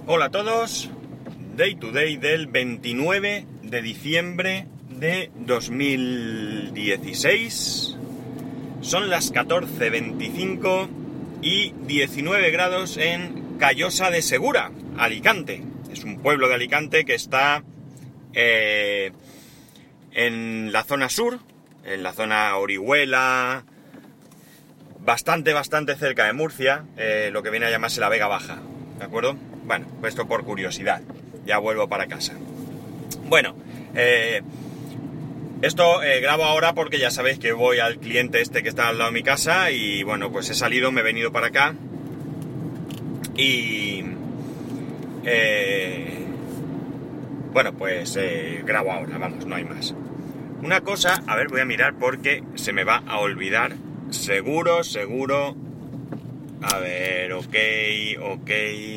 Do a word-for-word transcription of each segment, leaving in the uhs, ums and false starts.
Hola a todos, Day to Day del veintinueve de diciembre de dos mil dieciséis. Son las catorce veinticinco y diecinueve grados en Callosa de Segura, Alicante. Es un pueblo de Alicante que está eh, en la zona sur, en la zona Orihuela, bastante, bastante cerca de Murcia, eh, lo que viene a llamarse la Vega Baja, ¿de acuerdo? Bueno, pues esto por curiosidad, ya vuelvo para casa. Bueno, eh, esto eh, grabo ahora porque ya sabéis que voy al cliente este que está al lado de mi casa y bueno, pues he salido, me he venido para acá y... Eh, bueno, pues eh, grabo ahora, vamos, no hay más. Una cosa, a ver, voy a mirar porque se me va a olvidar, seguro, seguro. A ver, ok, ok.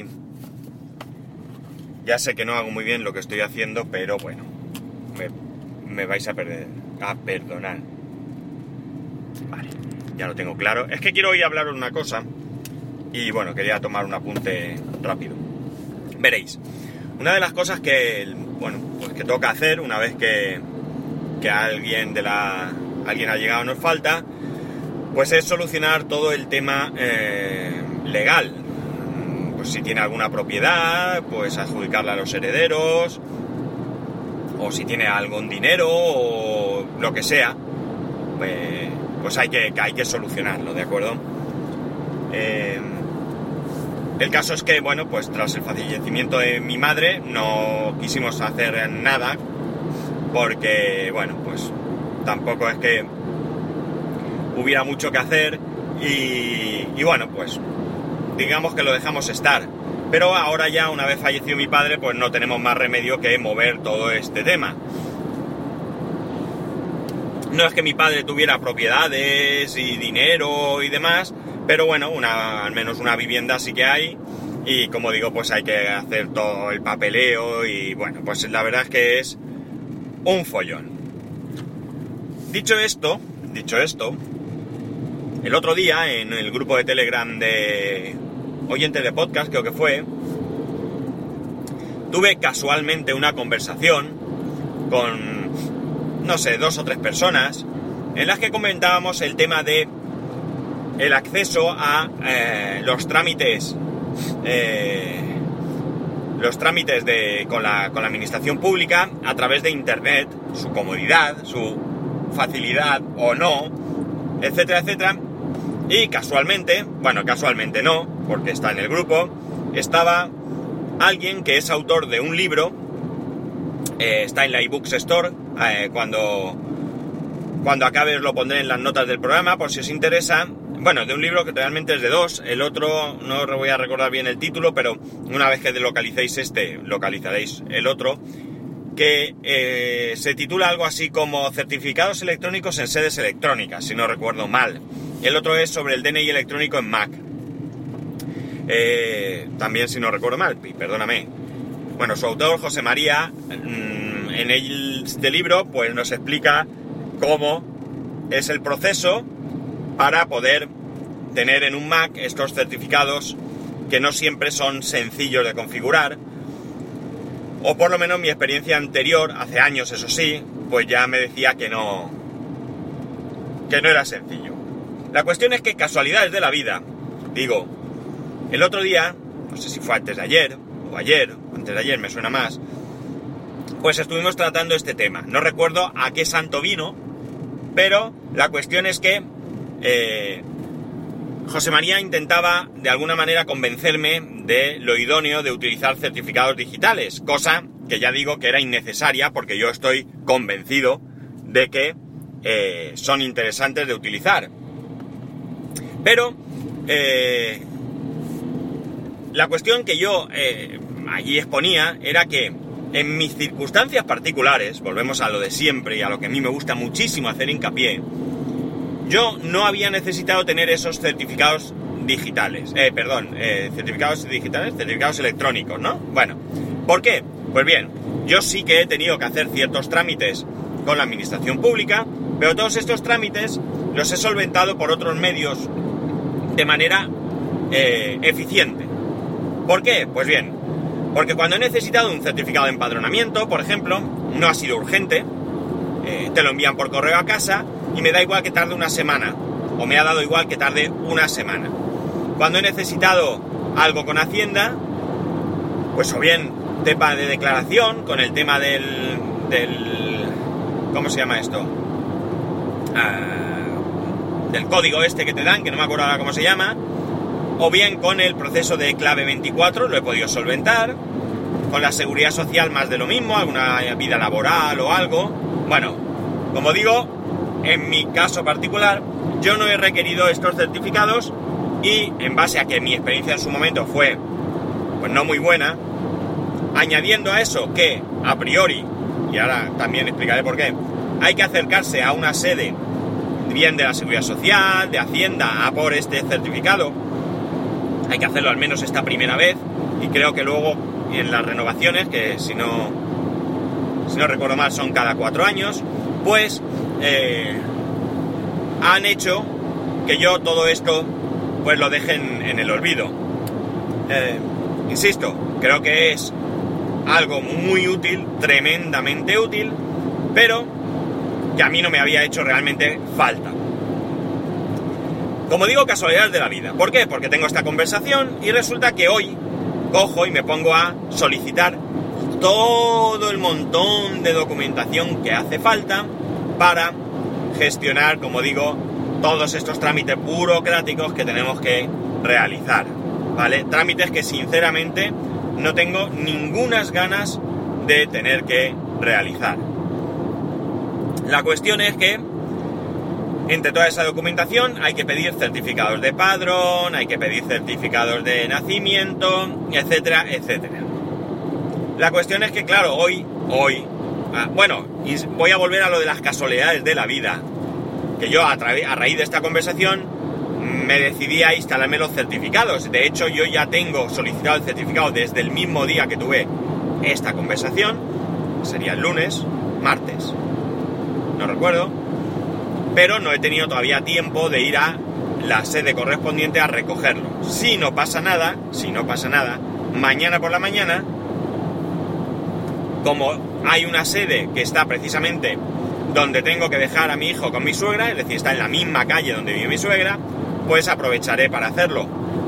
Ya sé que no hago muy bien lo que estoy haciendo, pero bueno, me, me vais a perder, a perdonar. Vale, ya lo tengo claro. Es que quiero hoy hablaros una cosa y bueno, quería tomar un apunte rápido. Veréis, una de las cosas que, bueno, pues que toca hacer una vez que, que alguien de la, alguien ha llegado nos falta, pues es solucionar todo el tema eh, legal. Pues si tiene alguna propiedad, pues adjudicarla a los herederos, o si tiene algún dinero, o lo que sea, pues, pues hay que, hay que solucionarlo, ¿de acuerdo? Eh, el caso es que, bueno, pues tras el fallecimiento de mi madre, no quisimos hacer nada, porque, bueno, pues tampoco es que hubiera mucho que hacer, y, y bueno, pues digamos que lo dejamos estar, pero ahora ya una vez fallecido mi padre pues no tenemos más remedio que mover todo este tema. No es que mi padre tuviera propiedades y dinero y demás, pero bueno, una, al menos una vivienda sí que hay y como digo pues hay que hacer todo el papeleo y bueno, pues la verdad es que es un follón. Dicho esto, dicho esto, el otro día en el grupo de Telegram de oyentes de podcast, creo que fue, tuve casualmente una conversación con, no sé, dos o tres personas en las que comentábamos el tema de el acceso a eh, los trámites eh, los trámites de, con, la, con la administración pública a través de internet, su comodidad, su facilidad o no, etcétera, etcétera. Y casualmente, bueno, casualmente no, porque está en el grupo, estaba alguien que es autor de un libro, eh, está en la eBooks Store, eh, cuando, cuando acabe os lo pondré en las notas del programa, por si os interesa. Bueno, de un libro que realmente es de dos, el otro no os voy a recordar bien el título, pero una vez que localicéis este, localizaréis el otro, que eh, se titula algo así como Certificados electrónicos en sedes electrónicas, si no recuerdo mal. El otro es sobre el D N I electrónico en Mac. Eh, también si no recuerdo mal, perdóname. Bueno, su autor, José María, en este libro, pues nos explica cómo es el proceso para poder tener en un Mac estos certificados que no siempre son sencillos de configurar. O por lo menos mi experiencia anterior, hace años eso sí, pues ya me decía que no, que no era sencillo. La cuestión es que casualidades de la vida, digo, el otro día, no sé si fue antes de ayer, o ayer, o antes de ayer me suena más, pues estuvimos tratando este tema. No recuerdo a qué santo vino, pero la cuestión es que eh, José María intentaba de alguna manera convencerme de lo idóneo de utilizar certificados digitales, cosa que ya digo que era innecesaria porque yo estoy convencido de que eh, son interesantes de utilizar. Pero eh, la cuestión que yo eh, allí exponía era que en mis circunstancias particulares, volvemos a lo de siempre y a lo que a mí me gusta muchísimo hacer hincapié, yo no había necesitado tener esos certificados digitales, eh, perdón, eh, certificados digitales, certificados electrónicos, ¿no? Bueno, ¿por qué? Pues bien, yo sí que he tenido que hacer ciertos trámites con la administración pública, pero todos estos trámites los he solventado por otros medios de manera eh, eficiente. ¿Por qué? Pues bien, Porque cuando he necesitado un certificado de empadronamiento, por ejemplo, no ha sido urgente, eh, te lo envían por correo a casa y me da igual que tarde una semana, o me ha dado igual que tarde una semana. Cuando he necesitado algo con Hacienda, pues o bien tema de declaración, con el tema del... del ¿cómo se llama esto? Ah, del código este que te dan, que no me acuerdo ahora cómo se llama, o bien con el proceso de clave veinticuatro, lo he podido solventar, con la seguridad social más de lo mismo, alguna vida laboral o algo. Bueno, como digo, en mi caso particular, yo no he requerido estos certificados y en base a que mi experiencia en su momento fue, pues no muy buena, añadiendo a eso que, a priori, y ahora también explicaré por qué, hay que acercarse a una sede, bien de la Seguridad Social, de Hacienda, a por este certificado. Hay que hacerlo al menos esta primera vez, y creo que luego en las renovaciones, que si no, si no recuerdo mal son cada cuatro años, pues eh, han hecho que yo todo esto pues lo deje en, en el olvido. Eh, insisto, creo que es algo muy útil, tremendamente útil, pero que a mí no me había hecho realmente falta. Como digo, casualidades de la vida. ¿Por qué? Porque tengo esta conversación y resulta que hoy cojo y me pongo a solicitar todo el montón de documentación que hace falta para gestionar, como digo, todos estos trámites burocráticos que tenemos que realizar, ¿vale? Trámites que sinceramente no tengo ningunas ganas de tener que realizar. La cuestión es que entre toda esa documentación hay que pedir certificados de padrón, hay que pedir certificados de nacimiento, etcétera, etcétera. La cuestión es que, claro, hoy, hoy, ah, bueno, y voy a volver a lo de las casualidades de la vida, que yo a, tra- a raíz de esta conversación me decidí a instalarme los certificados. De hecho, yo ya tengo solicitado el certificado desde el mismo día que tuve esta conversación, sería el lunes, martes, no recuerdo, pero no he tenido todavía tiempo de ir a la sede correspondiente a recogerlo. Si no pasa nada, si no pasa nada, mañana por la mañana, como hay una sede que está precisamente donde tengo que dejar a mi hijo con mi suegra, es decir, está en la misma calle donde vive mi suegra, pues aprovecharé para hacerlo.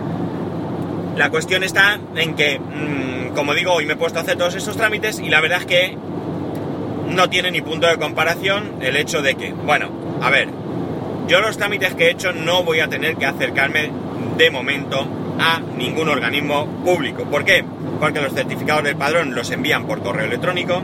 La cuestión está en que, mmm, como digo, hoy me he puesto a hacer todos estos trámites y la verdad es que no tiene ni punto de comparación el hecho de que, bueno, a ver, yo los trámites que he hecho no voy a tener que acercarme de momento a ningún organismo público. ¿Por qué? Porque los certificados del padrón los envían por correo electrónico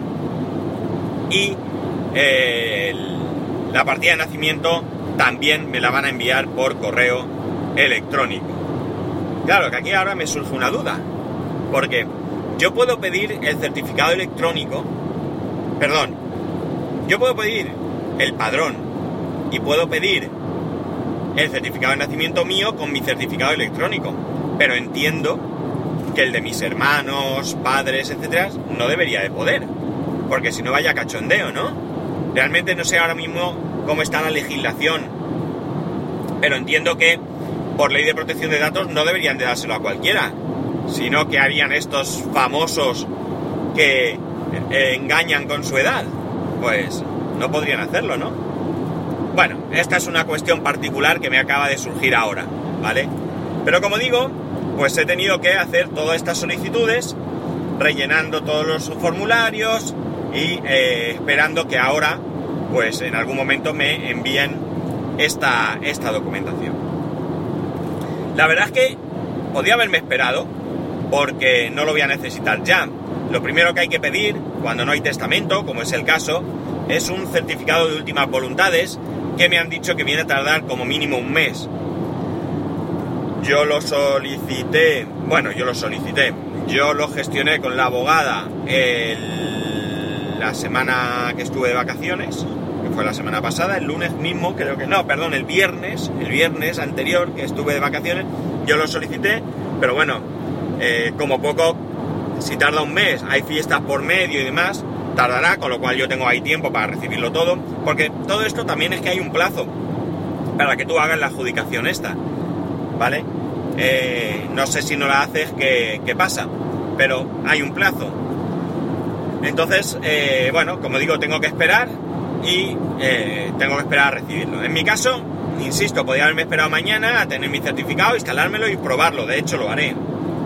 y eh, la partida de nacimiento también me la van a enviar por correo electrónico. Claro que aquí ahora me surge una duda, porque yo puedo pedir el certificado electrónico, perdón, yo puedo pedir el padrón y puedo pedir el certificado de nacimiento mío con mi certificado electrónico, pero entiendo que el de mis hermanos, padres, etcétera, no debería de poder, porque si no vaya cachondeo, ¿no? Realmente no sé ahora mismo cómo está la legislación, pero entiendo que por ley de protección de datos no deberían de dárselo a cualquiera, sino que harían estos famosos que eh, engañan con su edad, pues no podrían hacerlo, ¿no? Bueno, esta es una cuestión particular que me acaba de surgir ahora, ¿vale? Pero como digo, pues he tenido que hacer todas estas solicitudes, rellenando todos los formularios y eh, esperando que ahora, pues en algún momento me envíen esta, esta documentación. La verdad es que podía haberme esperado, porque no lo voy a necesitar ya. Lo primero que hay que pedir, cuando no hay testamento, como es el caso, es un certificado de últimas voluntades, que me han dicho que viene a tardar como mínimo un mes. Yo lo solicité, bueno, yo lo solicité, yo lo gestioné con la abogada el, la semana que estuve de vacaciones, que fue la semana pasada, el lunes mismo, creo que no, perdón, el viernes, el viernes anterior que estuve de vacaciones, yo lo solicité, pero bueno, eh, como poco, si tarda un mes, hay fiestas por medio y demás, tardará, con lo cual yo tengo ahí tiempo para recibirlo todo, porque todo esto también es que hay un plazo para que tú hagas la adjudicación esta, ¿vale? Eh, no sé si no la haces, ¿qué, qué pasa? pero hay un plazo. Entonces, eh, bueno, como digo, tengo que esperar y eh, tengo que esperar a recibirlo. En mi caso, insisto, podría haberme esperado mañana a tener mi certificado, instalármelo y probarlo. De hecho, lo haré.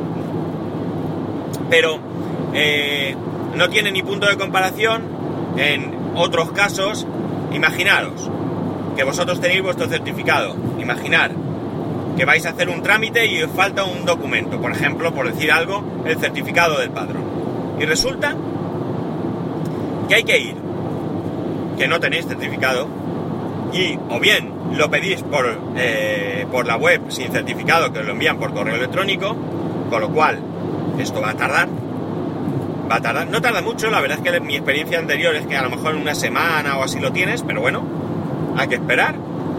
Pero eh, no tiene ni punto de comparación en otros casos. Imaginaros que vosotros tenéis vuestro certificado. Imaginar que vais a hacer un trámite y os falta un documento. Por ejemplo, por decir algo, el certificado del padrón. Y resulta que hay que ir, que no tenéis certificado, y o bien lo pedís por, eh, por la web sin certificado, que os lo envían por correo electrónico, con lo cual esto va a tardar, va a tardar, no tarda mucho, la verdad es que mi experiencia anterior es que a lo mejor en una semana o así lo tienes, pero bueno, hay que esperar.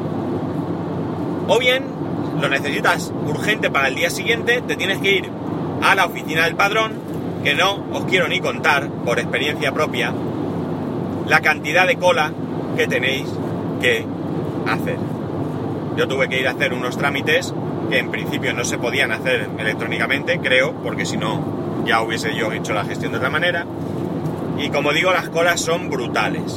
O bien lo necesitas urgente para el día siguiente, te tienes que ir a la oficina del padrón, que no os quiero ni contar, por experiencia propia, la cantidad de cola que tenéis que hacer. Yo tuve que ir a hacer unos trámites que en principio no se podían hacer electrónicamente, creo, porque si no ya hubiese yo hecho la gestión de otra manera. Y como digo, las colas son brutales.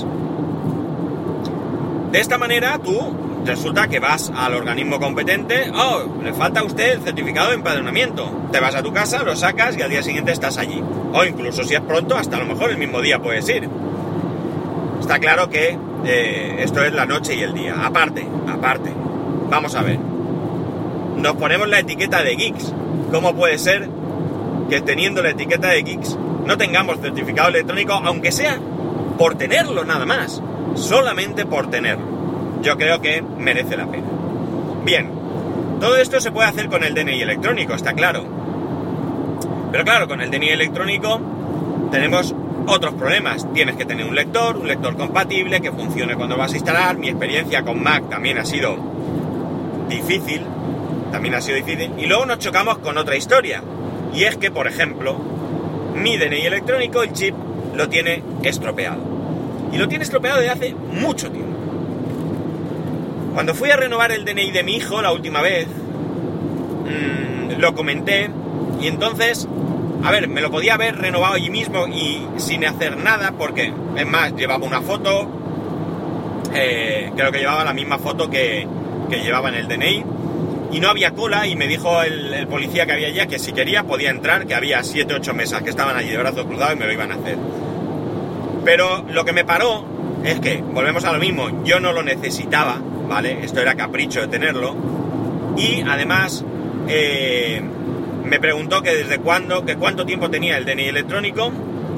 De esta manera tú resulta que vas al organismo competente. Oh, le falta a usted el certificado de empadronamiento. Te vas a tu casa, lo sacas y al día siguiente estás allí. O incluso si es pronto, hasta a lo mejor el mismo día puedes ir. Está claro que eh, esto es la noche y el día. Aparte, aparte, vamos a ver. Nos ponemos la etiqueta de geeks. ¿Cómo puede ser que teniendo la etiqueta de geeks no tengamos certificado electrónico, aunque sea por tenerlo nada más? Solamente por tenerlo. Yo creo que merece la pena. Bien, todo esto se puede hacer con el D N I electrónico, está claro. Pero claro, con el D N I electrónico tenemos otros problemas. Tienes que tener un lector, un lector compatible, que funcione cuando vas a instalar. Mi experiencia con Mac también ha sido difícil, también ha sido difícil. Y luego nos chocamos con otra historia. Y es que, por ejemplo, mi D N I electrónico, el chip, lo tiene estropeado. Y lo tiene estropeado desde hace mucho tiempo. Cuando fui a renovar el D N I de mi hijo la última vez, mmm, lo comenté, y entonces, a ver, me lo podía haber renovado allí mismo y sin hacer nada, porque, es más, llevaba una foto, eh, creo que llevaba la misma foto que, que llevaba en el D N I, y no había cola, y me dijo el, el policía que había allá que si quería podía entrar, que había siete ocho mesas que estaban allí de brazos cruzados y me lo iban a hacer. Pero lo que me paró es que, volvemos a lo mismo, yo no lo necesitaba, ¿vale? Esto era capricho de tenerlo, y además eh, me preguntó que desde cuándo, que cuánto tiempo tenía el D N I electrónico,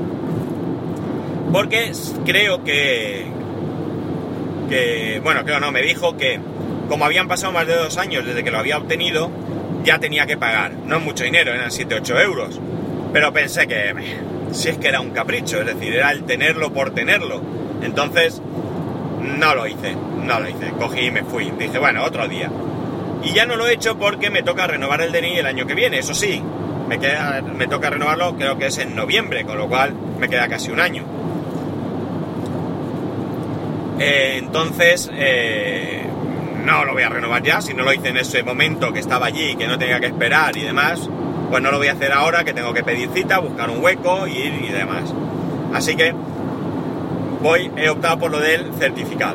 porque creo que, que, bueno, creo no, me dijo que como habían pasado más de dos años desde que lo había obtenido, ya tenía que pagar, no es mucho dinero, eran siete ocho euros, pero pensé que, si es que era un capricho, es decir, era el tenerlo por tenerlo, entonces no lo hice, no lo hice, cogí y me fui, dije, bueno, otro día. Y ya no lo he hecho porque me toca renovar el D N I el año que viene, eso sí, me, queda, me toca renovarlo, creo que es en noviembre, con lo cual me queda casi un año. Eh, entonces, eh, no lo voy a renovar ya, si no lo hice en ese momento que estaba allí, que no tenía que esperar y demás, pues no lo voy a hacer ahora, que tengo que pedir cita, buscar un hueco y ir y demás. Así que voy, he optado por lo del certificado.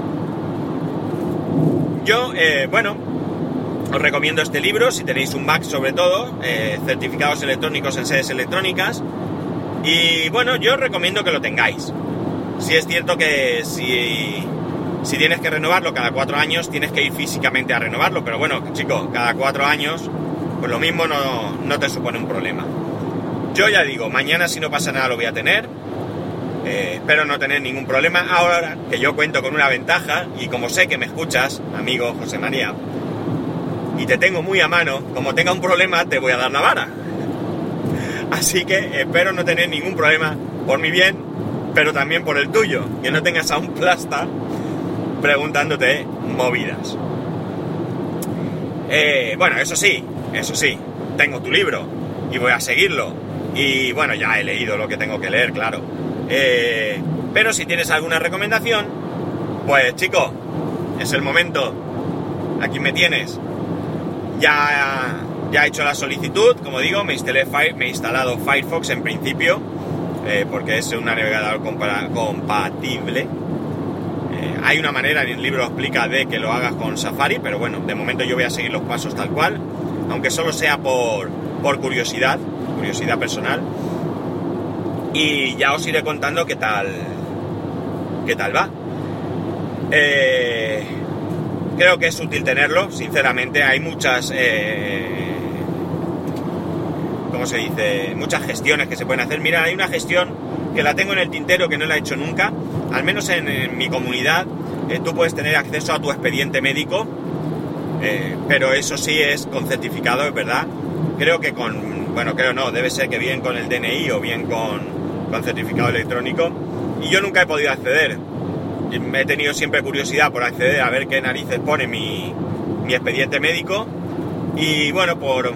Yo, eh, bueno, os recomiendo este libro, si tenéis un Mac sobre todo, eh, certificados electrónicos en sedes electrónicas, y bueno, yo os recomiendo que lo tengáis. Si es cierto que si, si tienes que renovarlo cada cuatro años, tienes que ir físicamente a renovarlo, pero bueno, chico, cada cuatro años, pues lo mismo no, no te supone un problema. Yo ya digo, mañana si no pasa nada lo voy a tener, eh, espero no tener ningún problema. Ahora que yo cuento con una ventaja, y como sé que me escuchas, amigo José María, y te tengo muy a mano, como tenga un problema te voy a dar la vara. Así que espero no tener ningún problema por mi bien, pero también por el tuyo, que no tengas a un plasta preguntándote movidas. Eh, bueno, eso sí, eso sí, tengo tu libro y voy a seguirlo. Y bueno, ya he leído lo que tengo que leer, claro. Eh, pero si tienes alguna recomendación, pues chico, es el momento. Aquí me tienes. Ya ya he hecho la solicitud, como digo, me, instalé Fire, me he instalado Firefox en principio, eh, porque es un navegador compa- compatible. Eh, hay una manera, en el libro explica, de que lo hagas con Safari, pero bueno, de momento yo voy a seguir los pasos tal cual, aunque solo sea por, por curiosidad, curiosidad personal. Y ya os iré contando qué tal, qué tal va. Eh, creo que es útil tenerlo, sinceramente. Hay muchas, eh, ¿cómo se dice? Muchas gestiones que se pueden hacer. Mira, hay una gestión que la tengo en el tintero, que no la he hecho nunca, al menos en, en mi comunidad. Eh, tú puedes tener acceso a tu expediente médico, eh, pero eso sí es con certificado, es verdad. Creo que con, bueno, creo no, debe ser que bien con el D N I o bien con, con certificado electrónico. Y yo nunca he podido acceder. He tenido siempre curiosidad por acceder a ver qué narices pone mi, mi expediente médico. Y bueno, por,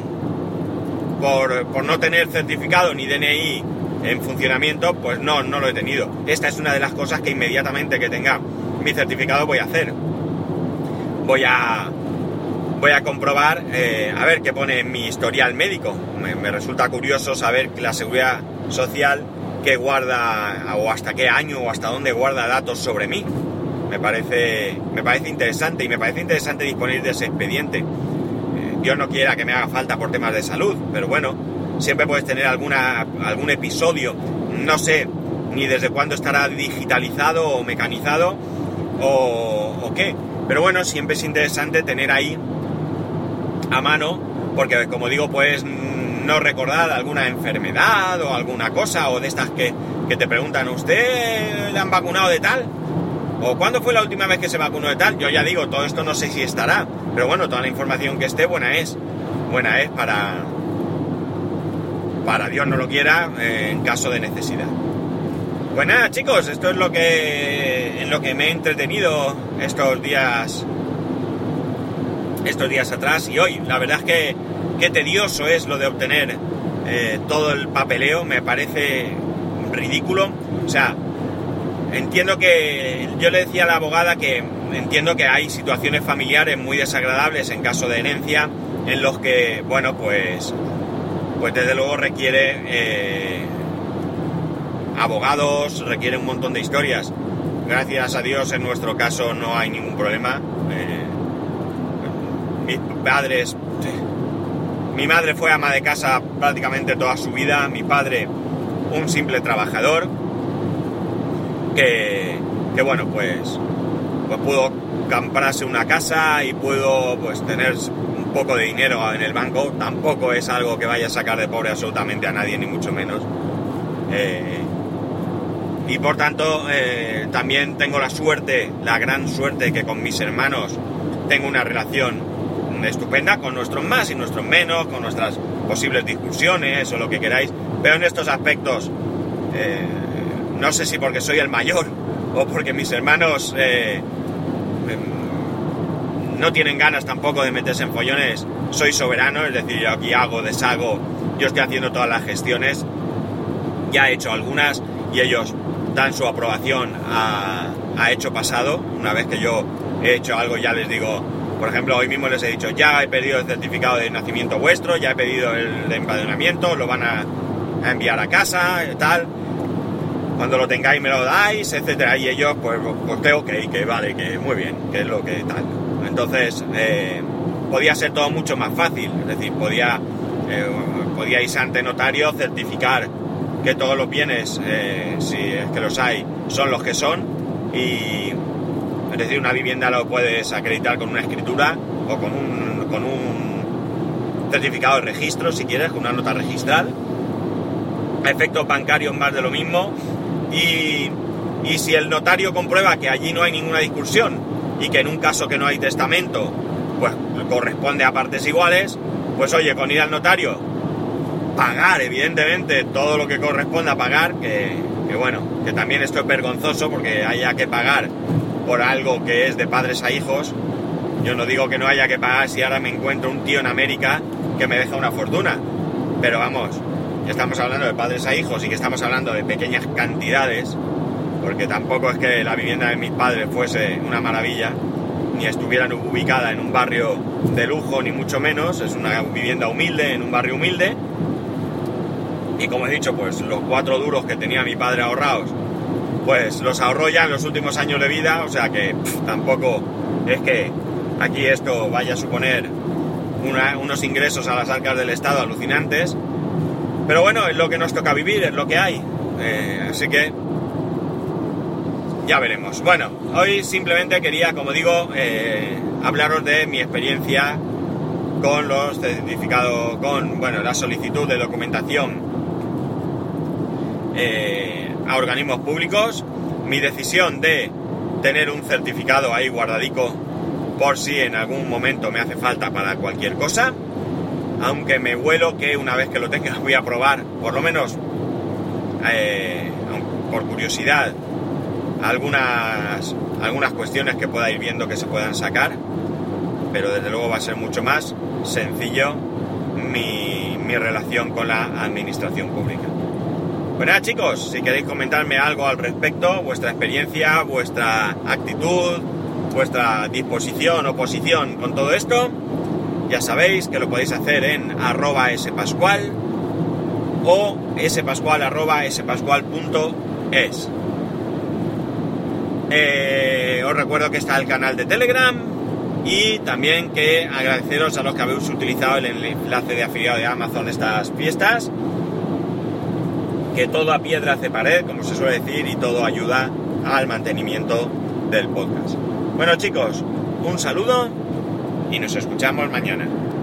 por, por no tener certificado ni D N I en funcionamiento, pues no, no lo he tenido. Esta es una de las cosas que inmediatamente que tenga mi certificado voy a hacer. Voy a, voy a comprobar, eh, a ver qué pone en mi historial médico. Me, me resulta curioso saber que la Seguridad Social que guarda, o hasta qué año o hasta dónde guarda datos sobre mí. Me parece, me parece interesante, y me parece interesante disponer de ese expediente. Eh, Dios no quiera que me haga falta por temas de salud, pero bueno, siempre puedes tener alguna, algún episodio, no sé ni desde cuándo estará digitalizado o mecanizado o, o qué, pero bueno, siempre es interesante tener ahí a mano, porque como digo, pues no recordar alguna enfermedad o alguna cosa, o de estas que, que te preguntan, ¿usted le han vacunado de tal? ¿O cuándo fue la última vez que se vacunó de tal? Yo ya digo, todo esto no sé si estará, pero bueno, toda la información que esté buena es, buena es para, para Dios no lo quiera, eh, en caso de necesidad. Pues nada, chicos, esto es lo que, en lo que me he entretenido estos días, estos días atrás y hoy. La verdad es que qué tedioso es lo de obtener eh, todo el papeleo, me parece ridículo. O sea, entiendo que, yo le decía a la abogada que entiendo que hay situaciones familiares muy desagradables en caso de herencia, en los que, bueno, pues, pues desde luego requiere eh, abogados, requiere un montón de historias. Gracias a Dios en nuestro caso no hay ningún problema. Eh, mis padres... Mi madre fue ama de casa prácticamente toda su vida, mi padre un simple trabajador que, que bueno, pues, pues pudo comprarse una casa y pudo pues tener un poco de dinero en el banco. Tampoco es algo que vaya a sacar de pobre absolutamente a nadie, ni mucho menos. Eh, y por tanto eh, también tengo la suerte, la gran suerte, que con mis hermanos tengo una relación estupenda, con nuestros más y nuestros menos, con nuestras posibles discusiones o lo que queráis, pero en estos aspectos eh, no sé si porque soy el mayor o porque mis hermanos eh, no tienen ganas tampoco de meterse en follones, soy soberano, es decir, yo aquí hago, deshago, yo estoy haciendo todas las gestiones, ya he hecho algunas y ellos dan su aprobación a, a hecho pasado. Una vez que yo he hecho algo, ya les digo, por ejemplo, hoy mismo les he dicho, ya he pedido el certificado de nacimiento vuestro, ya he pedido el de empadronamiento, lo van a, a enviar a casa, tal, cuando lo tengáis me lo dais, etcétera. Y ellos, pues, pues que ok, que vale, que muy bien, que es lo que tal. Entonces, eh, podía ser todo mucho más fácil, es decir, podía, eh, podíais ante notario certificar que todos los bienes, eh, si es que los hay, son los que son, y es decir, una vivienda lo puedes acreditar con una escritura o con un, con un certificado de registro, si quieres, con una nota registral. A efectos bancarios más de lo mismo. Y, y si el notario comprueba que allí no hay ninguna discusión y que en un caso que no hay testamento, pues corresponde a partes iguales, pues oye, con ir al notario, pagar evidentemente todo lo que corresponda a pagar, que, que bueno, que también esto es vergonzoso porque haya que pagar por algo que es de padres a hijos. Yo no digo que no haya que pagar si ahora me encuentro un tío en América que me deja una fortuna, pero vamos, que estamos hablando de padres a hijos y que estamos hablando de pequeñas cantidades, porque tampoco es que la vivienda de mis padres fuese una maravilla, ni estuviera ubicada en un barrio de lujo, ni mucho menos. Es una vivienda humilde, en un barrio humilde. Y como he dicho, pues los cuatro duros que tenía mi padre ahorrados, pues los ahorró ya en los últimos años de vida, o sea que pff, tampoco es que aquí esto vaya a suponer una, unos ingresos a las arcas del Estado alucinantes. Pero bueno, es lo que nos toca vivir, es lo que hay. Eh, así que ya veremos. Bueno, hoy simplemente quería, como digo, eh, hablaros de mi experiencia con los certificados, con, bueno, la solicitud de documentación eh, a organismos públicos, mi decisión de tener un certificado ahí guardadico por si en algún momento me hace falta para cualquier cosa, aunque me huelo que una vez que lo tenga voy a probar, por lo menos eh, por curiosidad, algunas algunas cuestiones que pueda ir viendo que se puedan sacar, pero desde luego va a ser mucho más sencillo mi, mi relación con la administración pública. Pues nada, chicos, si queréis comentarme algo al respecto, vuestra experiencia, vuestra actitud, vuestra disposición o posición con todo esto, ya sabéis que lo podéis hacer en arroba spascual o spascual arroba spascual punto es. Eh, os recuerdo que está el canal de Telegram y también que agradeceros a los que habéis utilizado el enlace de afiliado de Amazon estas fiestas, que todo a piedra hace pared, como se suele decir, y todo ayuda al mantenimiento del podcast. Bueno, chicos, un saludo y nos escuchamos mañana.